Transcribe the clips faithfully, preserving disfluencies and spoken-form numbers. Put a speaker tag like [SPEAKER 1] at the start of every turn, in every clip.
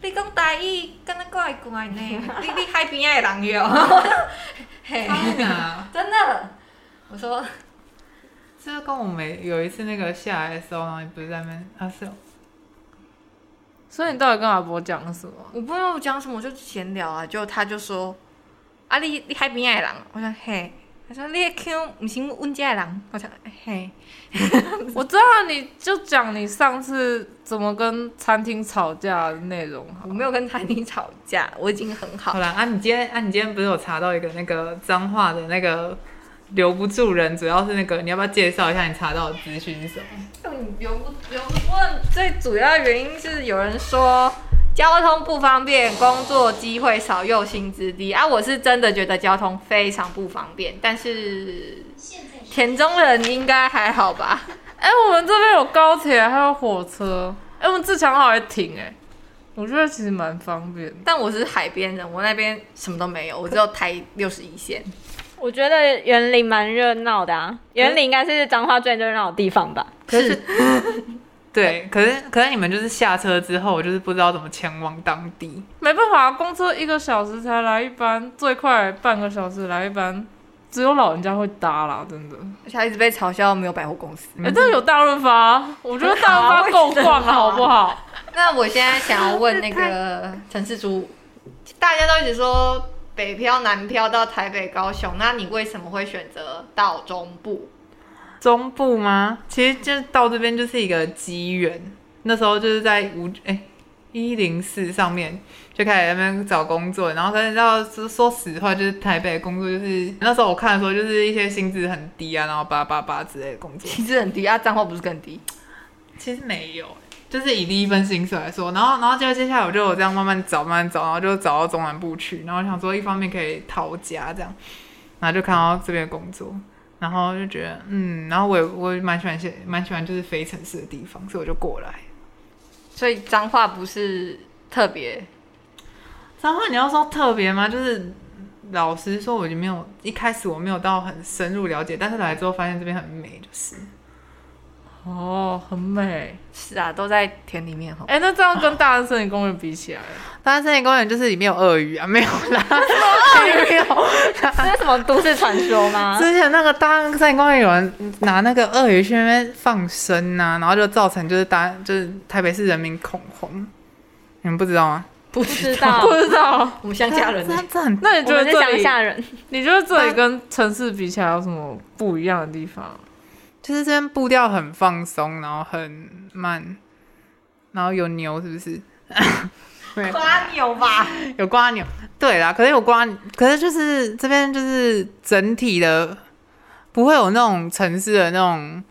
[SPEAKER 1] 你讲台语，敢若怪怪呢？你你海边的人哟。嘿，真的。我说，
[SPEAKER 2] 就是跟我们有一次那个下来的时候，然后你不是在那边啊是哦。
[SPEAKER 3] 所以你到底跟阿伯讲什么？
[SPEAKER 1] 我不知道我讲什么，我就闲聊啊。就他就说，啊你你海边的人，我说嘿。他说你的腔不是阮家的人，我想嘿。
[SPEAKER 3] 我知道，你就讲你上次怎么跟餐厅吵架的内容。
[SPEAKER 1] 我没有跟餐厅吵架，我已经很好。
[SPEAKER 2] 好啦，啊你今天啊你今天不是有查到一个那个彰化的那个留不住人，主要是那个你要不要介绍一下你查到的资讯是什么？
[SPEAKER 1] 你留不留不住人，最主要的原因是有人说。交通不方便，工作机会少，又薪资低啊！我是真的觉得交通非常不方便，但是田中人应该还好吧？
[SPEAKER 3] 哎、欸，我们这边有高铁，还有火车，哎、欸，我们自强号还停，哎，我觉得其实蛮方便。
[SPEAKER 1] 但我是海边人，我那边什么都没有，我只有台六十一线。
[SPEAKER 4] 我觉得园林蛮热闹的啊，园林应该是彰化最热闹的地方吧？
[SPEAKER 2] 可是。对，可是可是你们就是下车之后，就是不知道怎么前往当地。
[SPEAKER 3] 没办法，公车一个小时才来一班，最快半个小时来一班，只有老人家会搭啦，真的。
[SPEAKER 1] 而且他一直被嘲笑没有百货公司。
[SPEAKER 3] 哎、欸，但有大润发，我觉得大润发够逛了，好不好？
[SPEAKER 1] 那我现在想要问那个陈世珠，大家都一直说北漂、南漂到台北、高雄，那你为什么会选择到中部？
[SPEAKER 2] 中部吗？其实就到这边就是一个机缘。那时候就是在五哎一零四上面就开始在那边找工作，然后可是你知道说实话，就是台北的工作就是那时候我看的时候就是一些薪资很低啊，然后八八八之类的工作。
[SPEAKER 1] 薪资很低啊，彰化不是更低？
[SPEAKER 2] 其实没有，就是以第一份薪水来说，然后然后接接下来我就有这样慢慢找慢慢找，然后就找到中南部去，然后想说一方面可以逃家这样，然后就看到这边的工作。然后就觉得，嗯，然后我也我也蛮喜欢些蛮喜欢就是非城市的地方，所以我就过来。
[SPEAKER 1] 所以彰化不是特别，
[SPEAKER 2] 彰化你要说特别吗？就是老实说，我就没有一开始我没有到很深入了解，但是来之后发现这边很美，就是。
[SPEAKER 3] 哦，很美。
[SPEAKER 1] 是啊，都在田里面哈。
[SPEAKER 3] 哎、欸，那这样跟大安森林公园比起来，
[SPEAKER 2] 大安森林公园就是里面有鳄鱼啊，没有啦，鳄鱼没有。
[SPEAKER 4] 这是什么都市传说吗？
[SPEAKER 2] 之前那个大安森林公园有人拿那个鳄鱼去那边放生啊，然后就造成就是大就是台北市人民恐慌，你们不知道吗？
[SPEAKER 1] 不
[SPEAKER 4] 知道，
[SPEAKER 3] 不知道。
[SPEAKER 1] 我们乡下人、
[SPEAKER 2] 欸，这很……
[SPEAKER 3] 那你觉得这里？
[SPEAKER 4] 我们是乡下人，
[SPEAKER 3] 你觉得这里跟城市比起来有什么不一样的地方？
[SPEAKER 2] 就是这边步调很放松，然后很慢，然后有牛，是不是？
[SPEAKER 1] 瓜牛吧，
[SPEAKER 2] 有瓜牛，对啦。可是有瓜，可是就是这边就是整体的不会有那种城市的那种，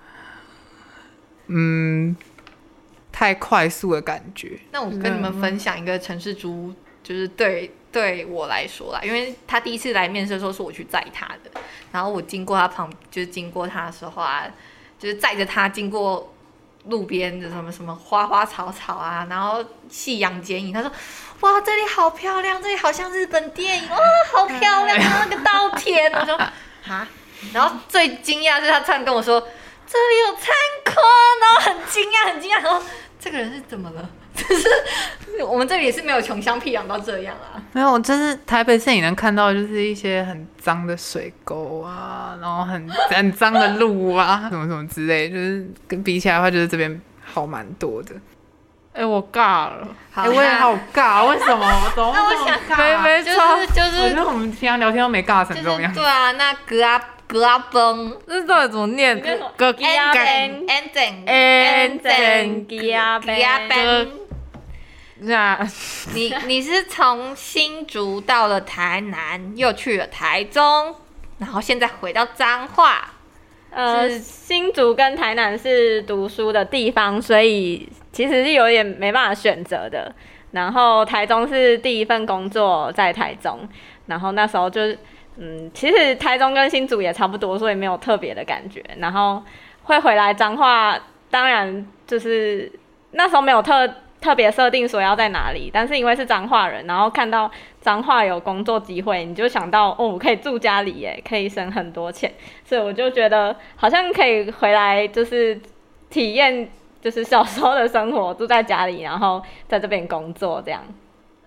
[SPEAKER 2] 嗯，太快速的感觉。
[SPEAKER 1] 那我跟你们分享一个城市猪，就是对。对我来说啦，因为他第一次来面试的时候是我去载他的，然后我经过他旁，就是经过他的时候啊，就是载着他经过路边的什么什么花花草草啊，然后夕阳剪影，他说：“哇，这里好漂亮，这里好像日本电影，哇，好漂亮啊，那个稻田。”我说：“哈。”然后最惊讶是他突然跟我说：“这里有灿坤。”然后很惊讶，很惊讶，然后这个人是怎么了？就是我们这里也是没有穷乡僻壤到这样啊。
[SPEAKER 2] 没有，就是台北市你能看到就是一些很脏的水沟啊，然后很很脏的路啊，什么什么之类，就是跟比起来的话，就是这边好蛮多的。
[SPEAKER 3] 哎、欸，我尬了，
[SPEAKER 2] 哎、欸，我也好尬，为什么？怎么
[SPEAKER 1] 那我想
[SPEAKER 3] 没没
[SPEAKER 1] 就是就是，
[SPEAKER 2] 我觉得我们平常聊天都没尬成这种样子。
[SPEAKER 1] 就是、对啊，那格阿格阿崩，
[SPEAKER 3] 这到底怎么念？
[SPEAKER 4] 格吉阿崩
[SPEAKER 1] ，ending
[SPEAKER 4] ending 吉阿崩。
[SPEAKER 3] 那
[SPEAKER 1] 你你是从新竹到了台南，又去了台中，然后现在回到彰化。
[SPEAKER 4] 呃，新竹跟台南是读书的地方，所以其实是有点没办法选择的。然后台中是第一份工作在台中，然后那时候就嗯，其实台中跟新竹也差不多，所以没有特别的感觉。然后会回来彰化，当然就是那时候没有特。特别设定说要在哪里，但是因为是彰化人，然后看到彰化有工作机会，你就想到哦，可以住家里耶，可以省很多钱，所以我就觉得好像可以回来，就是体验就是小时候的生活，住在家里，然后在这边工作这样。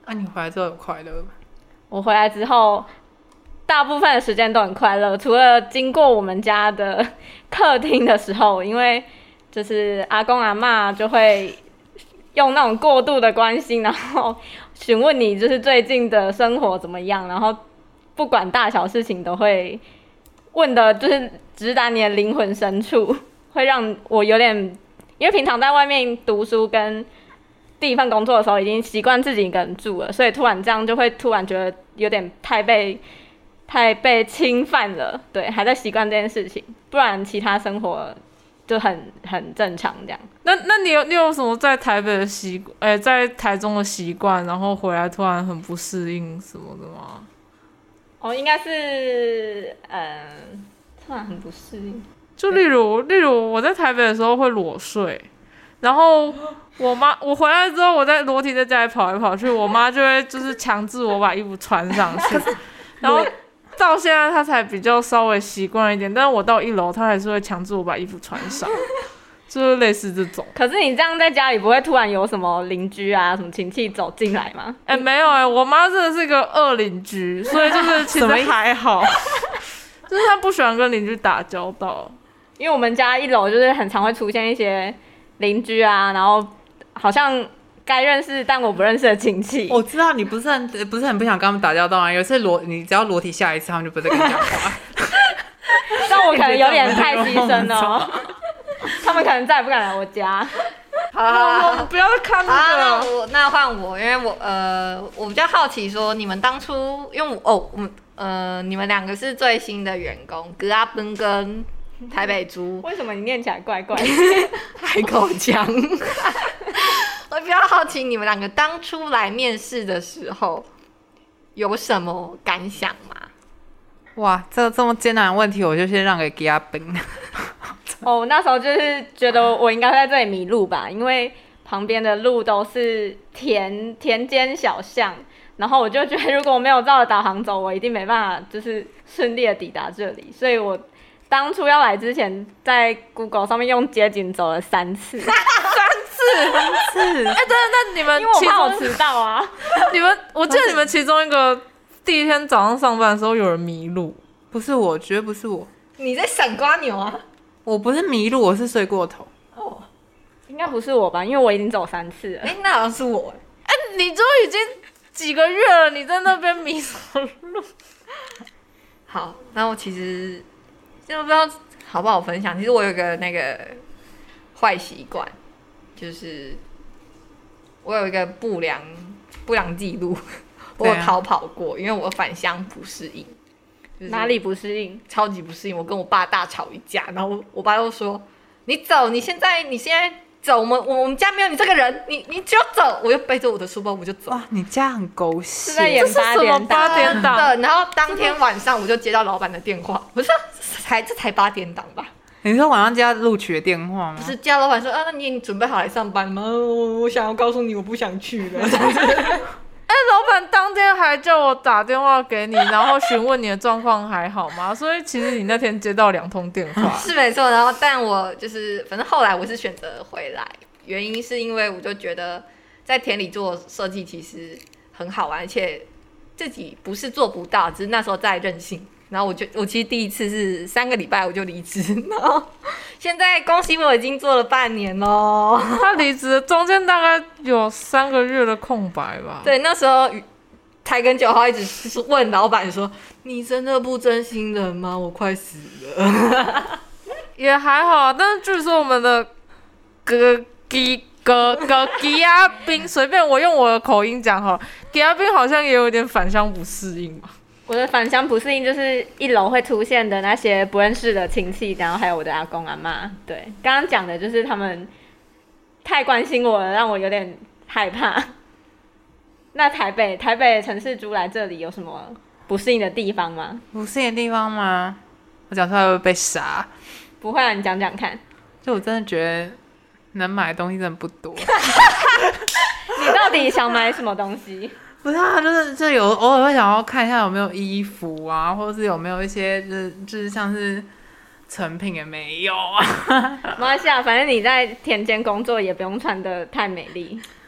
[SPEAKER 2] 那、啊、你回来之后有快乐吗？
[SPEAKER 4] 我回来之后，大部分的时间都很快乐，除了经过我们家的客厅的时候，因为就是阿公阿嬷就会用那种过度的关心，然后询问你就是最近的生活怎么样，然后不管大小事情都会问的，就是直达你的灵魂深处，会让我有点，因为平常在外面读书跟第一份工作的时候，已经习惯自己一个人住了，所以突然这样就会突然觉得有点太被太被侵犯了，对，还在习惯这件事情，不然其他生活就很很正常这样。
[SPEAKER 3] 那那你有你有什么在台北的习惯，哎，在台中的习惯，然后回来突然很不适应什么的吗？
[SPEAKER 4] 哦，应该是嗯，突然很不适应。
[SPEAKER 3] 就例如例如我在台北的时候会裸睡，然后我妈我回来之后，我在裸体在家里跑来跑去，我妈就会就是强制我把衣服穿上去，然后到现在她才比较稍微习惯一点，但是我到一楼她还是会强制我把衣服穿上，就是类似这种。
[SPEAKER 4] 可是你这样在家里不会突然有什么邻居啊、什么亲戚走进来吗？
[SPEAKER 3] 哎、欸，没有哎、欸，我妈真的是一个恶邻居，所以就是其实还好，就是她不喜欢跟邻居打交道。
[SPEAKER 4] 因为我们家一楼就是很常会出现一些邻居啊，然后好像该认识但我不认识的亲戚。
[SPEAKER 2] 我知道你不是很不是很不想跟他们打交道啊，有一次裸你只要裸体下一次，他们就不再跟你讲话。
[SPEAKER 4] 但我可能有点太牺牲了、哦，他们可能再也不敢来我家。
[SPEAKER 1] 好好好好，
[SPEAKER 3] 不要再看这
[SPEAKER 1] 好，
[SPEAKER 3] 个。
[SPEAKER 1] 那我那换我，因为我呃，我比较好奇说，你们当初因为我哦，我们呃，你们两个是最新的员工，格阿奔跟台北猪，
[SPEAKER 4] 为什么你念起来怪怪的？
[SPEAKER 1] 海口腔。我比较好奇，你们两个当初来面试的时候有什么感想吗？
[SPEAKER 2] 哇，这这么艰难的问题，我就先让给吉亚宾。
[SPEAKER 4] 哦，那时候就是觉得我应该会在这里迷路吧，因为旁边的路都是田田间小巷，然后我就觉得如果我没有照着导航走，我一定没办法就是顺利的抵达这里，所以我当初要来之前，在 Google 上面用街景走了三次，三次，
[SPEAKER 3] 三次。哎、欸，对，那你们
[SPEAKER 4] 因为我
[SPEAKER 3] 其中
[SPEAKER 4] 怕我迟到啊。
[SPEAKER 3] 你们，我记得你们其中一个第一天早上上班的时候有人迷路，
[SPEAKER 2] 不是我，绝对不是我。
[SPEAKER 1] 你在闪瓜牛啊？
[SPEAKER 2] 我不是迷路，我是睡过头。
[SPEAKER 4] 哦，应该不是我吧？因为我已经走三次了。
[SPEAKER 1] 哎、欸，那好像是我。
[SPEAKER 3] 哎、欸，你都已经几个月了，你在那边迷什么路？
[SPEAKER 1] 好，那我其实就不知道好不好分享。其实我有一个那个坏习惯，就是我有一个不良不良记录，我有逃跑过，因为我返乡不适应。就是、
[SPEAKER 4] 哪里不适应？
[SPEAKER 1] 超级不适应！我跟我爸大吵一架，然后我爸就说：“你走，你现在你现在走，我们我们家没有你这个人，你你就走。”我就背着我的书包我就走。
[SPEAKER 2] 哇，你家很狗血！
[SPEAKER 4] 是在演八点档。
[SPEAKER 3] 八点档
[SPEAKER 1] 的。然后当天晚上我就接到老板的电话，我说：“才这才八点档吧？”
[SPEAKER 2] 你说晚上接到录取的电话吗？
[SPEAKER 1] 不是，接到老板说：“啊，那你你准备好来上班吗？我我想要告诉你，我不想去了。”
[SPEAKER 3] 哎、欸，老板当天还叫我打电话给你，然后询问你的状况还好吗？所以其实你那天接到两通电话。
[SPEAKER 1] 是没错，然后但我就是反正后来我是选择回来，原因是因为我就觉得在田里做设计其实很好玩，而且自己不是做不到，只是那时候在任性。然后我就我其实第一次是三个礼拜我就离职，然后现在恭喜我已经做了半年咯。
[SPEAKER 3] 他离职中间大概有三个月的空白吧。
[SPEAKER 1] 对，那时候台根九号一直问老板说：“你真的不真心人吗？我快死了。”
[SPEAKER 3] 也还好，但是据说我们的哥基哥哥吉亚宾，随便我用我的口音讲好了，吉亚宾好像也有点返乡不适应嘛。
[SPEAKER 4] 我的返乡不适应就是一楼会出现的那些不认识的亲戚，然后还有我的阿公阿嬷。对，刚刚讲的就是他们太关心我了，让我有点害怕。那台北台北城市猪来这里有什么不适应的地方吗？
[SPEAKER 2] 不适应的地方吗？我讲出来会不会被杀？
[SPEAKER 4] 不会啊，你讲讲看。
[SPEAKER 2] 就我真的觉得能买的东西真的不多。
[SPEAKER 4] 你到底想买什么东西？
[SPEAKER 2] 不是啊，就是就有偶尔会想要看一下有没有衣服啊，或者是有没有一些就是就是像是成品也没有啊。
[SPEAKER 4] 没关系啊，反正你在田间工作也不用穿得太美丽。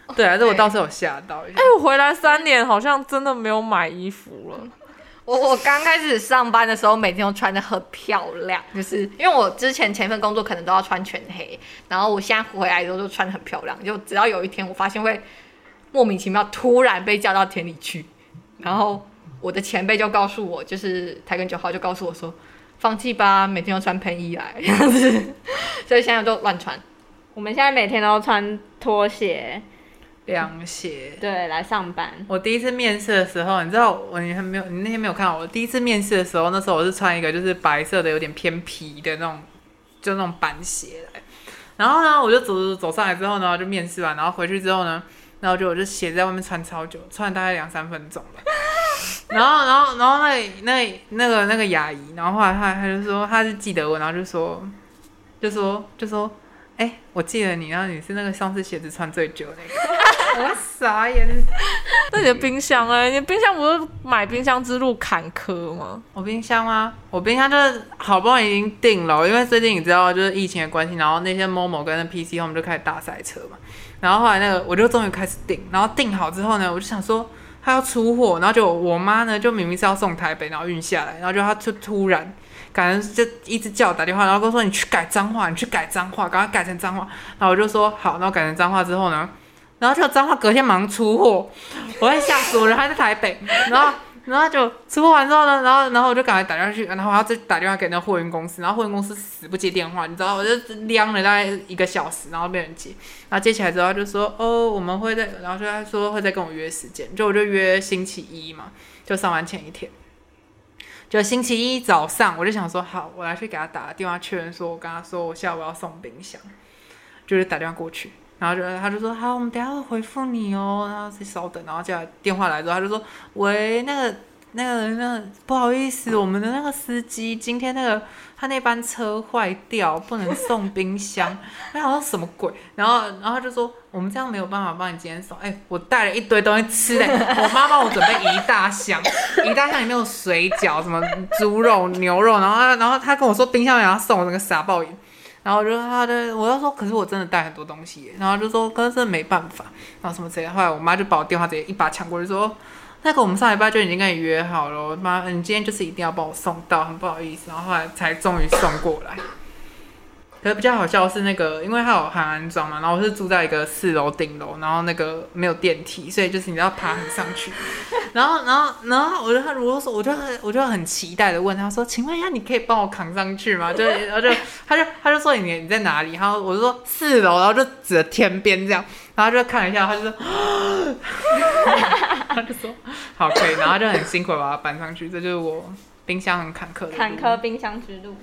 [SPEAKER 2] 对啊，这我倒是有吓到一下。
[SPEAKER 3] 哎、我回来三年好像真的没有买衣服了。
[SPEAKER 1] 我我刚开始上班的时候，每天都穿的很漂亮，就是因为我之前前份工作可能都要穿全黑，然后我现在回来的时候就穿的很漂亮。就只要有一天我发现会莫名其妙突然被叫到田里去，然后我的前辈就告诉我，就是台根九号就告诉我说，放弃吧，每天都穿喷衣来，这样子，所以现在都乱穿。
[SPEAKER 4] 我们现在每天都穿拖鞋，
[SPEAKER 2] 凉鞋，
[SPEAKER 4] 对，来上班。
[SPEAKER 2] 我第一次面试的时候，你知道我你还没有，你那天没有看到我第一次面试的时候，那时候我是穿一个就是白色的有点偏皮的那种，就那种板鞋来。然后呢，我就走走走上来之后呢，就面试完，然后回去之后呢，然后就我就鞋子在外面穿超久，穿了大概两三分钟吧。然后然后然后那那那个那个牙医，然后后来他他就说他是记得我，然后就说就说就说。哎、欸，我记得你，然后你是那个上次鞋子穿最久的那个，我傻眼。
[SPEAKER 3] 那你的冰箱哎、欸，你的冰箱不是买冰箱之路坎坷吗？
[SPEAKER 2] 我冰箱吗？我冰箱就是好不容易已经定了，因为最近你知道就是疫情的关系，然后那些 Momo 跟那 P C 他们就开始大塞车嘛，然后后来那个我就终于开始订，然后订好之后呢，我就想说他要出货，然后就我妈呢就明明是要送台北，然后运下来，然后就他就突然。感觉就一直叫我打电话，然后跟我说你去改脏话，你去改脏话，赶快改成脏话。然后我就说好，然后改成脏话之后呢，然后就脏话隔天马上出货，我会吓死我，人还在台北，然后然后就出货完之后呢，然后然后我就赶快打电话去，然后我要再打电话给那个货运公司，然后货运公司死不接电话，你知道，我就晾了大概一个小时，然后没人接，然后接起来之后他就说哦我们会在，然后就他说会再跟我约时间，就我就约星期一嘛，就上班前一天。就星期一早上，我就想说好，我来去给他打电话确认，说我跟他说我下午要送冰箱，就是打电话过去，然后就他就说好，我们等一下会回复你哦，然后再稍等，然后接电话来之后，他就说喂，那个那个那个不好意思，我们的那个司机今天那个他那班车坏掉，不能送冰箱。我想说什么鬼？然后然后他就说我们这样没有办法帮你今天送。哎、欸，我带了一堆东西吃的，我妈帮我准备一大箱，一大箱里面有水饺，什么猪肉、牛肉，然后他然后他跟我说冰箱也要送，我那个傻爆眼。然后我就他的，我就说，可是我真的带很多东西耶，然后就说，可是真的没办法，然后什么之类的。后来我妈就把我电话直接一把抢过去说。那个我们上礼拜就已经跟你约好了，妈，你今天就是一定要帮我送到，很不好意思，然后后来才终于送过来。可是比较好笑的是那个，因为它有含安装嘛，然后我是住在一个四楼顶楼，然后那个没有电梯，所以就是你要爬很上去。然后，然后，然后我就他如果说，我就很我就很期待的问他说：“请问一下，你可以帮我扛上去吗？”就然后就他就他就说你你在哪里？然后我就说四楼，然后就指着天边这样，然后就看了一下，他就说，他就说好可以，然后他就很辛苦的把它搬上去，这就是我冰箱很坎坷的路
[SPEAKER 4] 坎坷冰箱之路。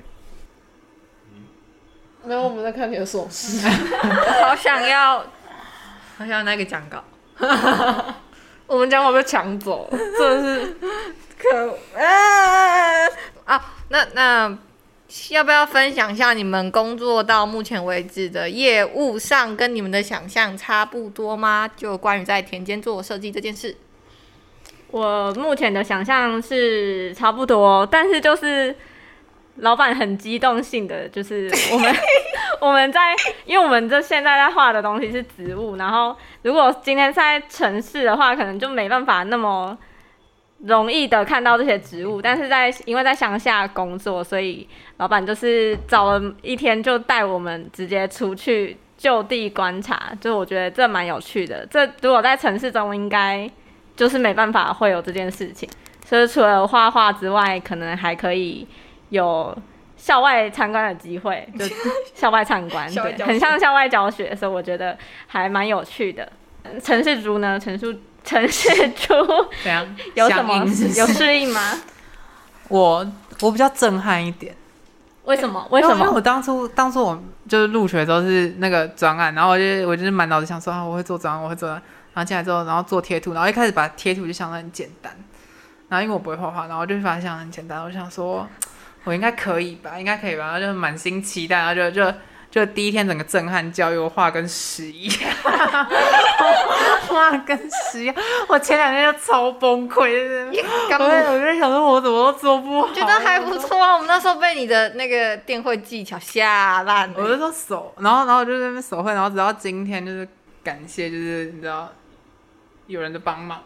[SPEAKER 3] 没有，我们在看你的手势。
[SPEAKER 1] 好想要，好想要那个讲稿。
[SPEAKER 3] 我们讲稿被抢走，真的是
[SPEAKER 1] 可恶啊！啊，那那要不要分享一下你们工作到目前为止的业务上跟你们的想象差不多吗？就关于在田间做设计这件事。
[SPEAKER 4] 我目前的想象是差不多，但是就是老板很激动性的，就是我们我们在，因为我们这现在在画的东西是植物，然后如果今天在城市的话，可能就没办法那么容易的看到这些植物，但是在因为在乡下工作，所以老板就是找了一天就带我们直接出去就地观察，就我觉得这蛮有趣的。这如果在城市中应该就是没办法会有这件事情，所以除了画画之外，可能还可以有校外参观的机会，就校外参观，对，很像校外教学，所以我觉得还蛮有趣的。城市猪呢？城市城市猪
[SPEAKER 2] 怎样？
[SPEAKER 4] 有什么
[SPEAKER 2] 是是
[SPEAKER 4] 有适应吗？
[SPEAKER 2] 我我比较震撼一点。
[SPEAKER 4] 为什么？为什么？
[SPEAKER 2] 因为我当初当初我就是入学的时候是那个专案，然后我就我就是满脑子想说啊，我会做专案，我会做专案。然后进来之后，然后做贴图，然后一开始把贴图就想得很简单，然后因为我不会画画，然后就把它想得很简单，我想说我应该可以吧，应该可以吧，然后就满心期待，然后就就就第一天整个震撼教育，我画跟屎一样，画跟屎一样，我前两天就超崩溃，我我就想说我怎么都做不好，
[SPEAKER 1] 觉得还不错啊，我们那时候被你的那个电绘技巧吓烂了，
[SPEAKER 2] 我就说手，然后然后我就在那边手绘，然后直到今天就是感谢，就是你知道有人的帮忙，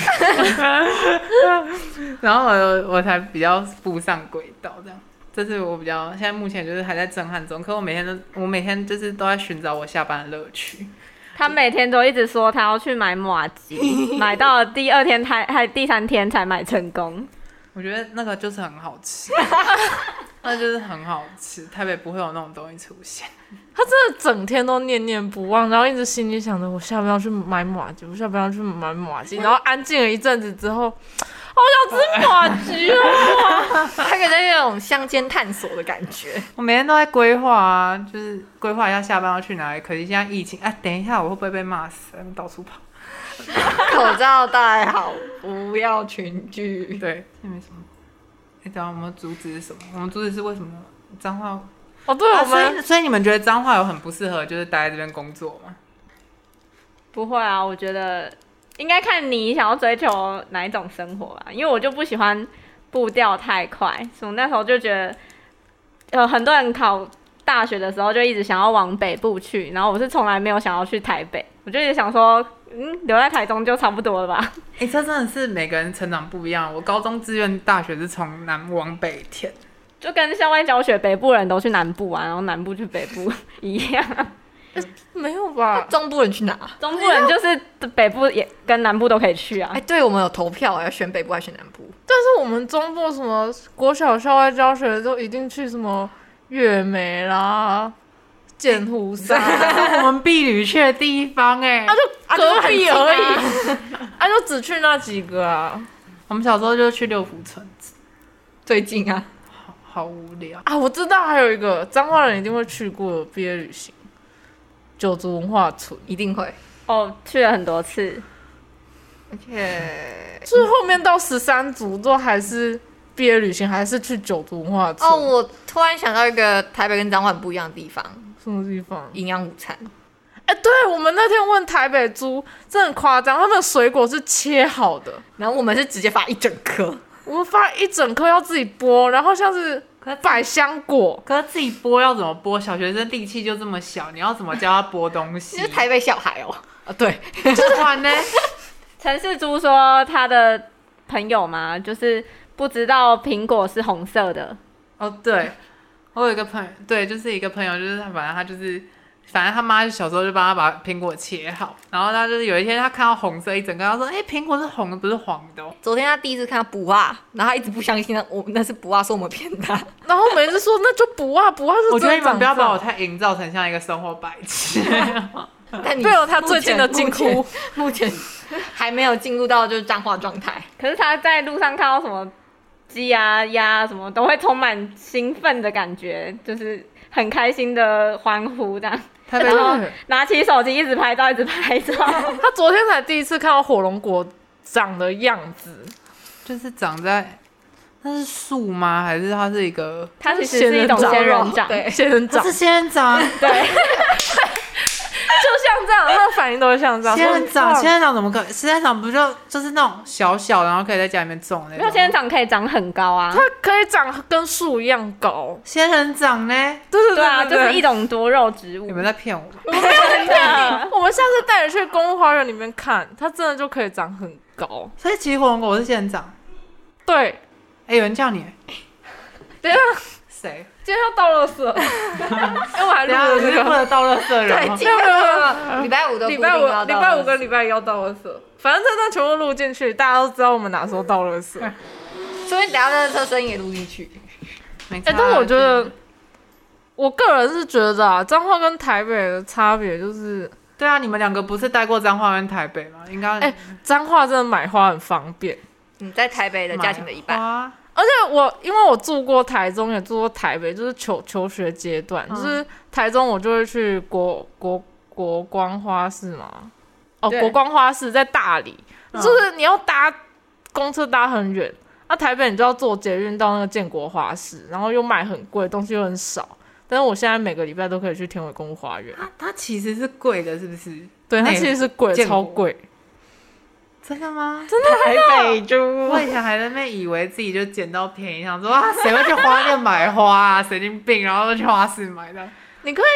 [SPEAKER 2] 然后我我才比较步上轨道这样。这是我比较现在目前就是还在震撼中，可我每天都我每天就是都在寻找我下班的乐趣。
[SPEAKER 4] 他每天都一直说他要去买麻糬，买到了第二天还还第三天才买成功。
[SPEAKER 2] 我觉得那个就是很好吃，那就是很好吃。台北不会有那种东西出现。
[SPEAKER 3] 他真的整天都念念不忘，然后一直心里想着我下班要去买麻糬，我下班要去买麻糬，然后安静了一阵子之后，好想吃麻糬哦！
[SPEAKER 1] 他给人那种乡间探索的感觉。
[SPEAKER 2] 我每天都在规划啊，就是规划一下下班要去哪里。可是现在疫情，哎、啊，等一下我会不会被骂死？到处跑。
[SPEAKER 1] 口罩戴好，不要群聚。
[SPEAKER 2] 对，这没什么。哎、欸，等一下我们的主旨是什么？我们主旨是为什么彰化？
[SPEAKER 3] 哦，对，
[SPEAKER 2] 啊、
[SPEAKER 3] 我们、
[SPEAKER 2] 所以所以你们觉得彰化有很不适合，就是待在这边工作吗？
[SPEAKER 4] 不会啊，我觉得应该看你想要追求哪一种生活吧。因为我就不喜欢步调太快，所以我那时候就觉得，呃，很多人考大学的时候就一直想要往北部去，然后我是从来没有想要去台北，我就一直想说，嗯，留在台中就差不多了吧。
[SPEAKER 2] 哎、欸，这真的是每个人成长不一样。我高中志愿大学是从南往北填，
[SPEAKER 4] 就跟校外教学，北部人都去南部啊，然后南部去北部一样。
[SPEAKER 3] 没有吧？
[SPEAKER 1] 中部人去哪？
[SPEAKER 4] 中部人就是北部也跟南部都可以去啊。
[SPEAKER 1] 哎、欸，对，我们有投票，要选北部还是选南部？
[SPEAKER 3] 但是我们中部什么国小校外教学都一定去什么月美啦、剑湖山，
[SPEAKER 2] 是我们避旅去的地方哎、欸，
[SPEAKER 3] 啊就隔壁而已，啊就只去那几个啊。
[SPEAKER 2] 我们小时候就去六福村，
[SPEAKER 1] 最近啊，
[SPEAKER 2] 好好无聊
[SPEAKER 3] 啊！我知道还有一个彰化人一定会去过的毕业旅行，九族文化村
[SPEAKER 1] 一定会。
[SPEAKER 4] 哦，去了很多次，
[SPEAKER 1] 而且
[SPEAKER 3] 就是后面到十三族之后还是毕业旅行，还是去九族文化村。
[SPEAKER 1] 哦，我突然想到一个台北跟彰化很不一样的地方，
[SPEAKER 3] 什么地方？
[SPEAKER 1] 营养午餐。
[SPEAKER 3] 哎、欸，对，我们那天问台北猪，真的很夸张，他们的水果是切好的，
[SPEAKER 1] 然后我们是直接发一整颗，
[SPEAKER 3] 我们发一整颗要自己剥，然后像是百香果，
[SPEAKER 2] 可是自己剥要怎么剥？小学生力气就这么小，你要怎么教他剥东西？
[SPEAKER 1] 你是台北小孩哦。啊，对，
[SPEAKER 2] 不然呢？
[SPEAKER 4] 陈世珠说他的朋友嘛，就是不知道苹果是红色的。
[SPEAKER 2] 哦，对，我有一个朋友，对，就是一个朋友，就是他，反正他就是。反正他妈小时候就帮他把苹果切好，然后他就是有一天他看到红色一整个，他说：“哎、欸，苹果是红的，不是黄的、哦。”
[SPEAKER 1] 昨天他第一次看到不啊，然后他一直不相信那我那是不啊，说我们骗他，
[SPEAKER 3] 然后每次说那就不啊不啊是真的长这样。
[SPEAKER 2] 我觉得你们不要把我太营造成像一个生活白痴。
[SPEAKER 1] 但你
[SPEAKER 3] 对了，他最近的近乎
[SPEAKER 1] 目前还没有进入到就是彰化状态。
[SPEAKER 4] 可是他在路上看到什么鸡啊、鸭什么，都会充满兴奋的感觉，就是很开心的欢呼这样。然后拿起手机一直拍照，一直拍照。
[SPEAKER 3] 他昨天才第一次看到火龙果长的样子，
[SPEAKER 2] 就是长在那是树吗？还是它是一个？
[SPEAKER 4] 它其实是一种仙人掌，
[SPEAKER 3] 对，仙人掌，
[SPEAKER 2] 它是仙人掌，
[SPEAKER 4] 对，
[SPEAKER 3] 就像这样，那个反应都会像这样。
[SPEAKER 2] 仙人掌，仙人掌怎么可？仙人掌不就就是那种小小，然后可以在家里面种那种？
[SPEAKER 4] 没有，仙人掌可以长很高啊，
[SPEAKER 3] 它可以长跟树一样高。
[SPEAKER 2] 仙人掌呢？
[SPEAKER 3] 对对
[SPEAKER 4] 对啊，就是一种多肉植物。
[SPEAKER 2] 你们在骗我？
[SPEAKER 3] 我没有骗你，我们下次带你去公务花园里面看，它真的就可以长很高。
[SPEAKER 2] 所以其实火龙果是仙人掌。
[SPEAKER 3] 对，
[SPEAKER 2] 哎、欸，有人叫你。
[SPEAKER 3] 等一下，
[SPEAKER 2] 谁？
[SPEAKER 3] 今天要倒垃圾，因为我还录了这个，
[SPEAKER 2] 不能倒垃圾人
[SPEAKER 1] 对，
[SPEAKER 2] 吗？
[SPEAKER 1] 今天礼拜五的
[SPEAKER 3] 礼拜五、礼拜五跟礼拜一要倒垃圾，反正这段全部录进去，大家都知道我们哪时候倒垃圾。
[SPEAKER 1] 所以等下那车声音也录进去。
[SPEAKER 2] 哎、
[SPEAKER 3] 欸，但是我觉得，我个人是觉得啊，彰化跟台北的差别就是，
[SPEAKER 2] 对啊，你们两个不是待过彰化跟台北吗？应该。
[SPEAKER 3] 哎、欸，彰化真的买花很方便。
[SPEAKER 1] 你在台北的价钱的一半。
[SPEAKER 3] 而且我因为我住过台中，也住过台北，就是求求学阶段，嗯、就是台中我就会去国国国光花市嘛，哦，国光花市在大理，嗯、就是你要搭公车搭很远，那、啊、台北你就要坐捷运到那个建国花市，然后又买很贵，东西又很少。但是我现在每个礼拜都可以去天尾公路花园。
[SPEAKER 2] 它它其实是贵的，是不是？
[SPEAKER 3] 对，它其实是贵，超贵。
[SPEAKER 2] 真的吗？
[SPEAKER 3] 真的
[SPEAKER 1] 台北猪，
[SPEAKER 2] 我以前还在那边以为自己就捡到便宜，想说啊，谁会去花店买花啊，神经病，然后就去花市买的。
[SPEAKER 3] 你可以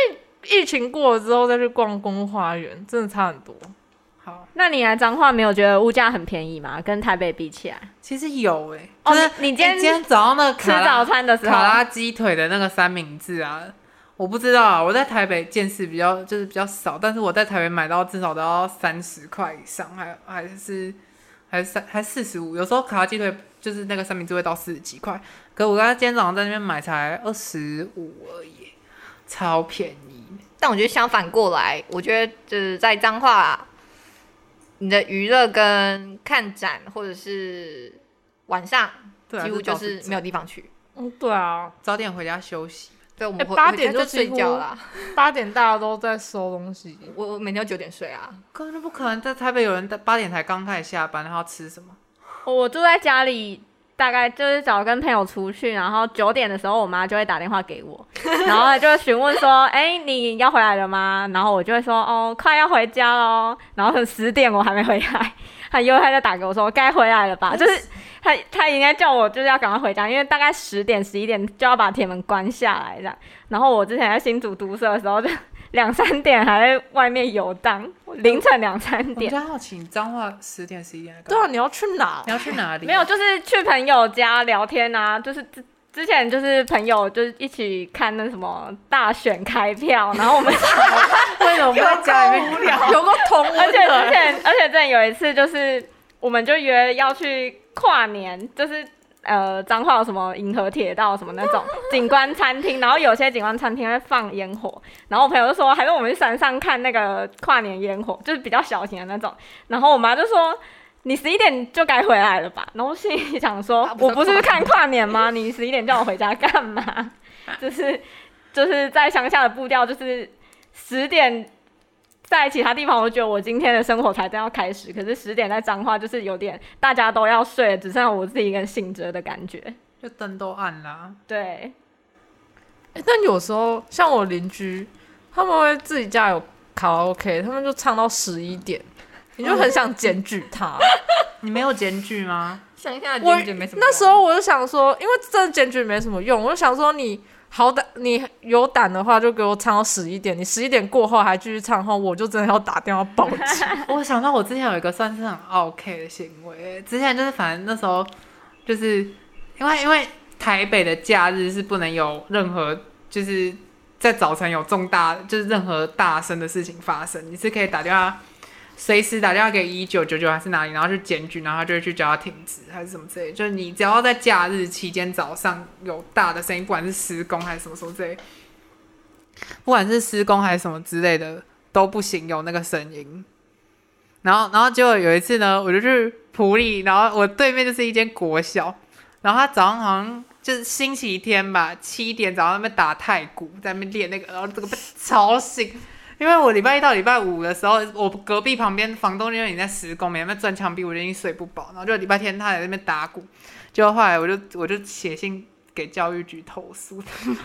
[SPEAKER 3] 疫情过了之后再去逛公共花园，真的差很多。
[SPEAKER 2] 好，
[SPEAKER 4] 那你来彰化没有觉得物价很便宜吗？跟台北比起来？
[SPEAKER 2] 其实有诶、欸，
[SPEAKER 4] 哦
[SPEAKER 2] 就是
[SPEAKER 4] 你你今天
[SPEAKER 2] 欸今天早上那个
[SPEAKER 4] 吃
[SPEAKER 2] 卡拉
[SPEAKER 4] 早餐的时候
[SPEAKER 2] 卡拉鸡腿的那个三明治啊，我不知道啊，我在台北见识比较就是比较少，但是我在台北买到至少都要三十块以上，还还是还是三还四十五，有时候卡拉鸡腿就是那个三明治会到四十几块，可我刚才今天早上在那边买才二十五而已，超便宜。
[SPEAKER 1] 但我觉得相反过来，我觉得就是在彰化，你的娱乐跟看展或者是晚上，
[SPEAKER 2] 对啊
[SPEAKER 1] 几乎就是没有地方去。
[SPEAKER 3] 嗯，对啊，
[SPEAKER 2] 早点回家休息。
[SPEAKER 1] 对，我们
[SPEAKER 3] 欸
[SPEAKER 1] 回
[SPEAKER 3] 八点就
[SPEAKER 1] 回家就睡觉啦。
[SPEAKER 3] 八点大家都在收东西。
[SPEAKER 1] 我我每天都九点睡啊。
[SPEAKER 2] 根本就不可能，在台北有人八点才刚开始下班，然后吃什么？
[SPEAKER 4] 我住在家里，大概就是早跟朋友出去，然后九点的时候，我妈就会打电话给我，然后就会询问说：“哎、欸，你要回来了吗？”然后我就会说：“哦，快要回家喽。”然后十点我还没回来，他又他就打给我说：“该回来了吧？”就是他他应该叫我就是要赶快回家，因为大概十点十一点就要把铁门关下来这样。然后我之前在新竹读社的时候就。两三点还在外面游荡，凌晨两三
[SPEAKER 2] 我比
[SPEAKER 4] 点。
[SPEAKER 2] 较好奇，你彰化十点十一点来干嘛？
[SPEAKER 3] 对啊，你要去哪？
[SPEAKER 2] 你要去哪里？
[SPEAKER 4] 没有，就是去朋友家聊天啊，就是之之前就是朋友就是一起看那什么大选开票，然后我们
[SPEAKER 2] 为什么不在家里面无聊？
[SPEAKER 3] 有个同
[SPEAKER 4] 而且之前而且之前有一次就是我们就约要去跨年，就是呃彰化有什么银河铁道什么那种景观餐厅，然后有些景观餐厅会放烟火，然后我朋友就说还是我们去山上看那个跨年烟火，就是比较小型的那种，然后我妈就说。你十一点就该回来了吧？然后我心里想说，
[SPEAKER 1] 啊不是
[SPEAKER 4] 我不是看跨年吗？你十一点叫我回家干嘛？就是就是在乡下的步调，就是十点在其他地方，我觉得我今天的生活才正要开始。可是十点在彰化，就是有点大家都要睡了，只剩下我自己一个人醒着的感觉。
[SPEAKER 2] 就灯都暗啦。
[SPEAKER 4] 对，
[SPEAKER 3] 欸，但有时候像我邻居，他们会自己家有卡拉 OK， 他们就唱到十一点。你就很想检举他，
[SPEAKER 2] 你没有检举吗？
[SPEAKER 1] 想一下，
[SPEAKER 3] 我
[SPEAKER 1] 检举没什么用。
[SPEAKER 3] 那时候我就想说，因为真的检举没什么用，我就想说你好胆，你有胆的话就给我唱到十一点，你十一点过后还继续唱的话，我就真的要打电话报警。
[SPEAKER 2] 我想到我之前有一个算是很 OK 的行为，之前就是反正那时候就是因为因为台北的假日是不能有任何就是在早晨有重大就是任何大声的事情发生，你是可以打电话。随时打电话给一九九九还是哪里，然后去检举，然后他就会去叫他停职还是什么之类的。就是你只要在假日期间早上有大的声音，不管是施工还是什么什么之类的，不管是施工还是什么之类的都不行有那个声音。然后，然后结果有一次呢，我就去埔里，然后我对面就是一间国小，然后他早上好像就是星期天吧，七点早上在那边打太鼓，在那边练那个，然后这个被吵醒。因为我礼拜一到礼拜五的时候，我隔壁旁边房东因为你在施工，每天在钻墙壁，我就已经睡不饱。然后就礼拜天他也在那边打鼓，结果后来我就我就写信给教育局投诉。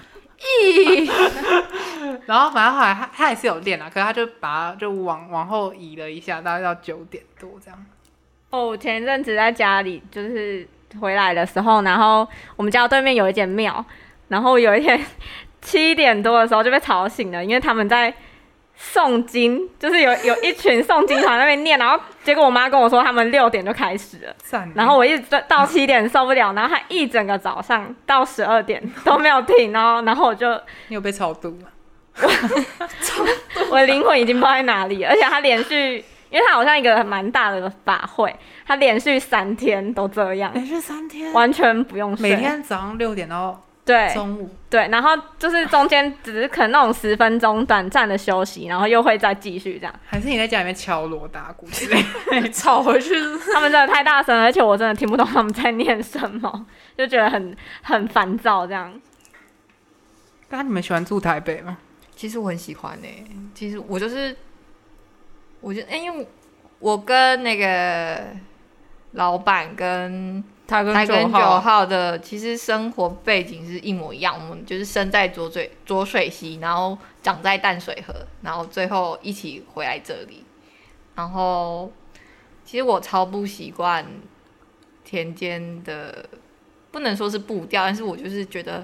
[SPEAKER 2] 然后反正后来他他也是有练啦，可是他就把他就往往后移了一下，大概到九点多这样。
[SPEAKER 4] 哦，我前一阵子在家里就是回来的时候，然后我们家对面有一间庙，然后有一天七点多的时候就被吵醒了，因为他们在。诵经就是有有一群诵经团那边念，然后结果我妈跟我说他们六点就开始了，然后我一直到七点受不了，然后他一整个早上到十二点都没有停哦，然后我就
[SPEAKER 2] 你有被超度吗？
[SPEAKER 4] 我的灵魂已经不知道在哪里了，而且他连续，因为他好像一个蛮大的法会，他连续三天都这样，
[SPEAKER 2] 连续三天，
[SPEAKER 4] 完全不用睡，
[SPEAKER 2] 每天早上六点到。
[SPEAKER 4] 对，
[SPEAKER 2] 中午
[SPEAKER 4] 对，然后就是中间只是可能那种十分钟短暂的休息，然后又会再继续这样。
[SPEAKER 2] 还是你在家里面敲锣打鼓之类的，
[SPEAKER 3] 吵回去？
[SPEAKER 4] 他们真的太大声了，而且我真的听不懂他们在念什么，就觉得很很烦躁这样。
[SPEAKER 2] 那你们喜欢住台北吗？
[SPEAKER 1] 其实我很喜欢诶、欸，其实我就是，我就、欸、因为我跟那个老板跟。
[SPEAKER 3] 台
[SPEAKER 1] 跟九号的其实生活背景是一模一样，我们就是生在浊水浊水溪，然后长在淡水河，然后最后一起回来这里。然后其实我超不习惯田间的，不能说是步调，但是我就是觉得我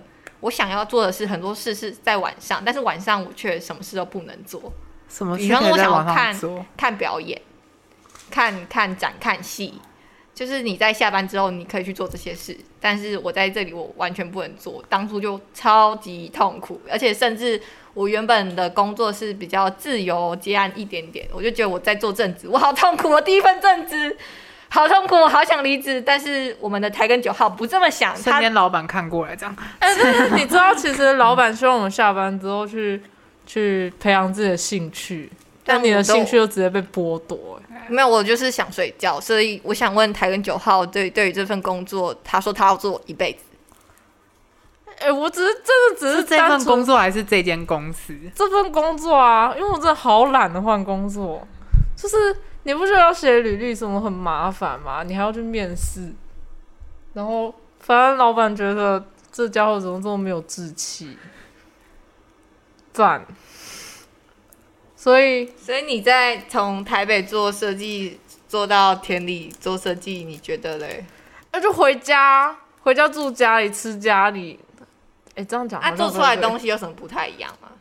[SPEAKER 1] 我想要做的是很多事是在晚上，但是晚上我却什么事都不能做。
[SPEAKER 2] 什么事
[SPEAKER 1] 比方说，我想要
[SPEAKER 2] 可以在晚
[SPEAKER 1] 看
[SPEAKER 2] 上做？
[SPEAKER 1] 看表演、看看展、看戏，就是你在下班之后你可以去做这些事，但是我在这里我完全不能做。当初就超级痛苦，而且甚至我原本的工作是比较自由接案一点点，我就觉得我在做正职，我好痛苦，我第一份正职。好痛苦，我好想离职，但是我们的台根九号不这么想。
[SPEAKER 2] 身边老板看过来这样，
[SPEAKER 3] 哎、欸，但是你知道，其实老板希望我们下班之后去去培养自己的兴趣，但你的兴趣就直接被剥夺、欸。
[SPEAKER 1] 没有，我就是想睡觉，所以我想问台根九号对对于这份工作，他说他要做一辈子。
[SPEAKER 3] 哎、欸，我只是真的只是
[SPEAKER 2] 是这份工作还是这间公司？
[SPEAKER 3] 这份工作啊，因为我真的好懒得换工作，就是。你不觉得要写履历什么很麻烦吗？你还要去面试，然后反正老板觉得这家伙怎么这么没有志气，赞。所以，
[SPEAKER 1] 所以你在从台北做设计做到田里做设计，你觉得嘞？
[SPEAKER 3] 那就回家，回家住家里，吃家里。哎，这样讲，
[SPEAKER 1] 啊，做出来的东西有什么不太一样吗？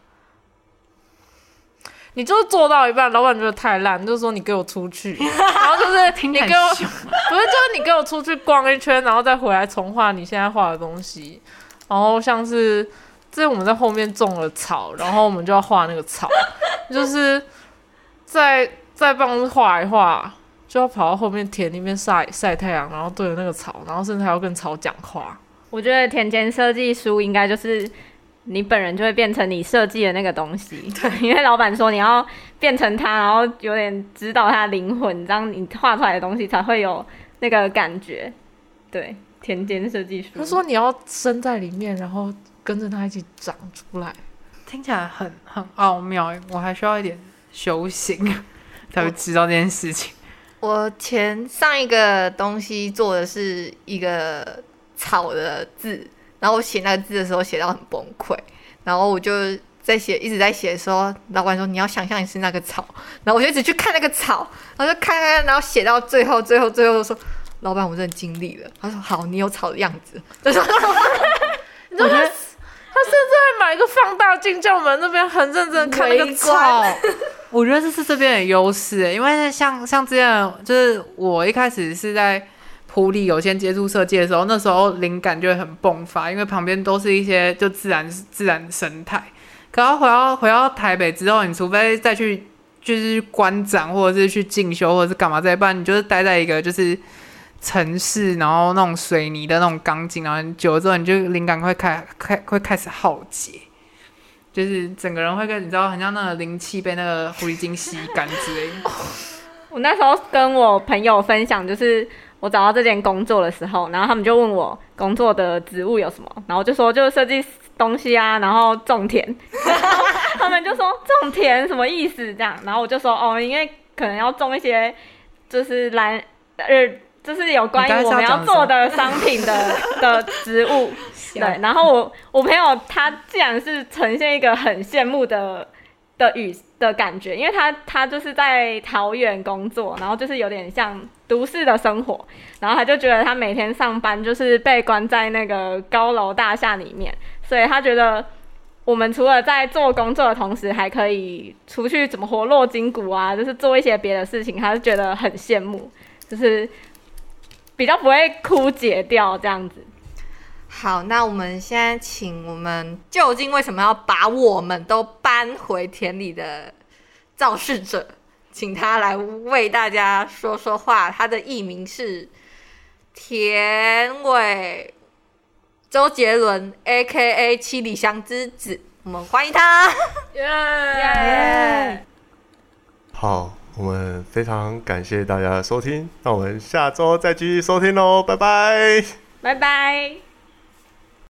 [SPEAKER 3] 你就是做到一半，老板觉得太烂，就是说你给我出去，然后就是你给我，不是就是你给我出去逛一圈，然后再回来重画你现在画的东西。然后像是之前我们在后面种了草，然后我们就要画那个草，就是在在办公室画一画，就要跑到后面田里面晒晒太阳，然后对着那个草，然后甚至还要跟草讲话。
[SPEAKER 4] 我觉得田间设计书应该就是你本人就会变成你设计的那个东西，对，因为老板说你要变成他，然后有点指导他的灵魂，这样你画出来的东西才会有那个感觉。对，田间设计书。
[SPEAKER 3] 他说你要生在里面，然后跟着他一起长出来，
[SPEAKER 2] 听起来很很奥妙，我还需要一点修行才会知道这件事情。
[SPEAKER 1] 我前上一个东西做的是一个草的字。然后我写那个字的时候写到很崩溃，然后我就在写，一直在写的时候，老板说你要想象你是那个草，然后我就一直去看那个草，然后就看看，然后写到最后，最后，最后说，老板我真的尽力了。他说好，你有草的样子。就说
[SPEAKER 3] 你知道他，他甚至还买一个放大镜，叫我们那边很认真看那个草。
[SPEAKER 2] 我觉得这是这边的优势，因为像像之前就是我一开始是在普里有先接触设计的时候，那时候灵感就会很迸发，因为旁边都是一些就自然自然生态。可要回到回到台北之后，你除非再去就是观展，或者是去进修，或者是干嘛再办，你就是待在一个就是城市，然后那种水泥的那种钢筋，然后久了之后，你就灵感会开开会开始耗竭，就是整个人会跟你知道，很像那个灵气被那个狐狸精吸干之类的。
[SPEAKER 4] 我那时候跟我朋友分享，就是我找到这件工作的时候，然后他们就问我工作的职务有什么，然后就说就是设计东西啊，然后种田，他们就说种田什么意思这样，然后我就说哦，因为可能要种一些就是蓝呃，就是有关于我们要做的商品的的植物，对，然后我我朋友他竟然是呈现一个很羡慕的的语的感觉，因为他他就是在桃园工作，然后就是有点像都市的生活，然后他就觉得他每天上班就是被关在那个高楼大厦里面，所以他觉得我们除了在做工作的同时，还可以出去怎么活络筋骨啊，就是做一些别的事情，他就觉得很羡慕，就是比较不会枯竭掉这样子。
[SPEAKER 1] 好，那我们现在请我们究竟为什么要把我们都搬回田里的造事者，请他来为大家说说话。他的艺名是田尾周杰伦 A K A 七里香之子，我们欢迎他。
[SPEAKER 3] 耶、
[SPEAKER 1] yeah!
[SPEAKER 5] 好，我们非常感谢大家的收听，那我们下周再继续收听喽，拜拜，
[SPEAKER 4] 拜拜。